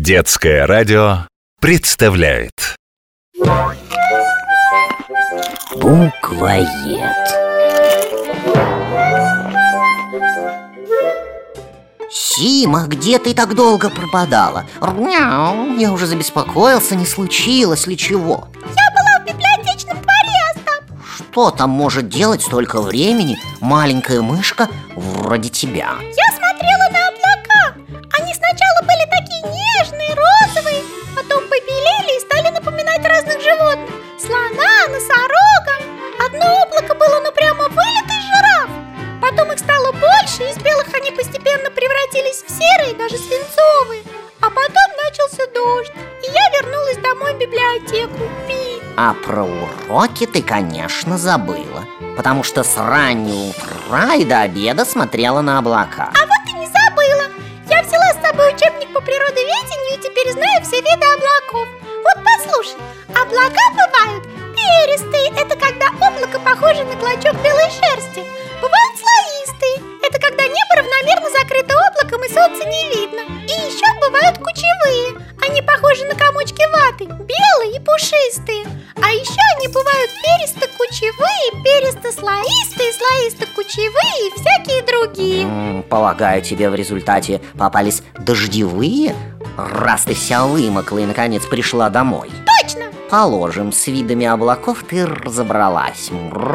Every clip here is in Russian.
Детское радио представляет Буквоед. Сима, где ты так долго пропадала? Я уже забеспокоился, не случилось ли чего. Я была в библиотечном дворе, Остап. Что там может делать столько времени маленькая мышка вроде тебя? Я смотрела на облака. Они сначала были такие нежные, розовые, потом побелели и стали напоминать разных животных. Слона, носорога. Одно облако было прямо вылитый жираф. Потом их стало больше, из белых они постепенно превратились в серые, даже свинцовые. А потом начался дождь, и я вернулась домой в библиотеку пить. А про уроки ты, конечно, забыла, потому что с раннего утра и до обеда смотрела на облака. А вот и не забыла. Я взяла с собой учебник по природоведению и теперь знаю все виды облаков. Вот послушай, облака бывают перистые, это когда облако похоже на клочок белой шерсти. Бывают слоистые, это когда небо равномерно закрыто облаком и солнца не видно. И еще бывают кучевые, они похожи на комочки ваты, белые и пушистые. А еще они бывают перисто-кучевые, перисто-слоистые, слоисто-кучевые и всякие другие. Полагаю, тебе в результате попались дождевые, раз ты вся вымокла и наконец пришла домой. Точно! Положим, с видами облаков ты разобралась.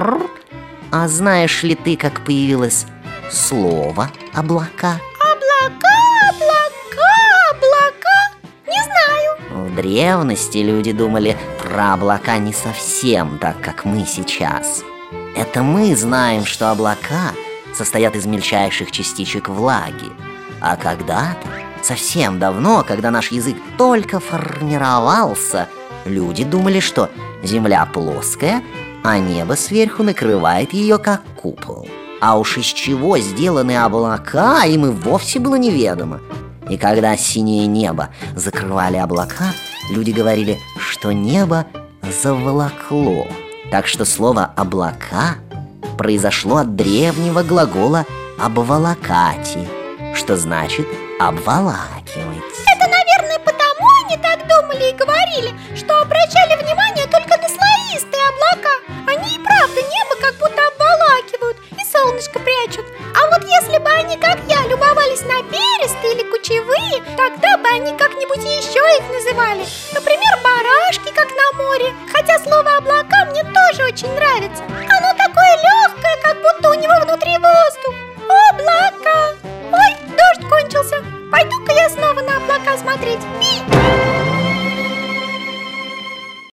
А знаешь ли ты, как появилось слово «облака»? Облака, облака, облака? Не знаю. В древности люди думали про облака не совсем так, как мы сейчас. Это мы знаем, что облака состоят из мельчайших частичек влаги. А когда-то, совсем давно, когда наш язык только формировался, люди думали, что земля плоская, а небо сверху накрывает ее как купол. А уж из чего сделаны облака, им и вовсе было неведомо. И когда синее небо закрывали облака, люди говорили, что небо заволокло. Так что слово «облака» произошло от древнего глагола «обволакати», что значит «обволакивать». Это, наверное, потому они так думали и говорили, что обращали внимание только на слоистые облака. Они и правда небо как будто обволакивают и солнышко прячут. А вот если бы они, как я, любовались на перистые или кучевые, тогда бы они как-нибудь еще их называли. Например, барашки, как на море. Хотя слово «облака» мне тоже очень нравится. Оно такое легкое, как будто у него внутри воздух. Облака! Ой, дождь кончился. Пойду-ка я снова на облака смотреть. Пи!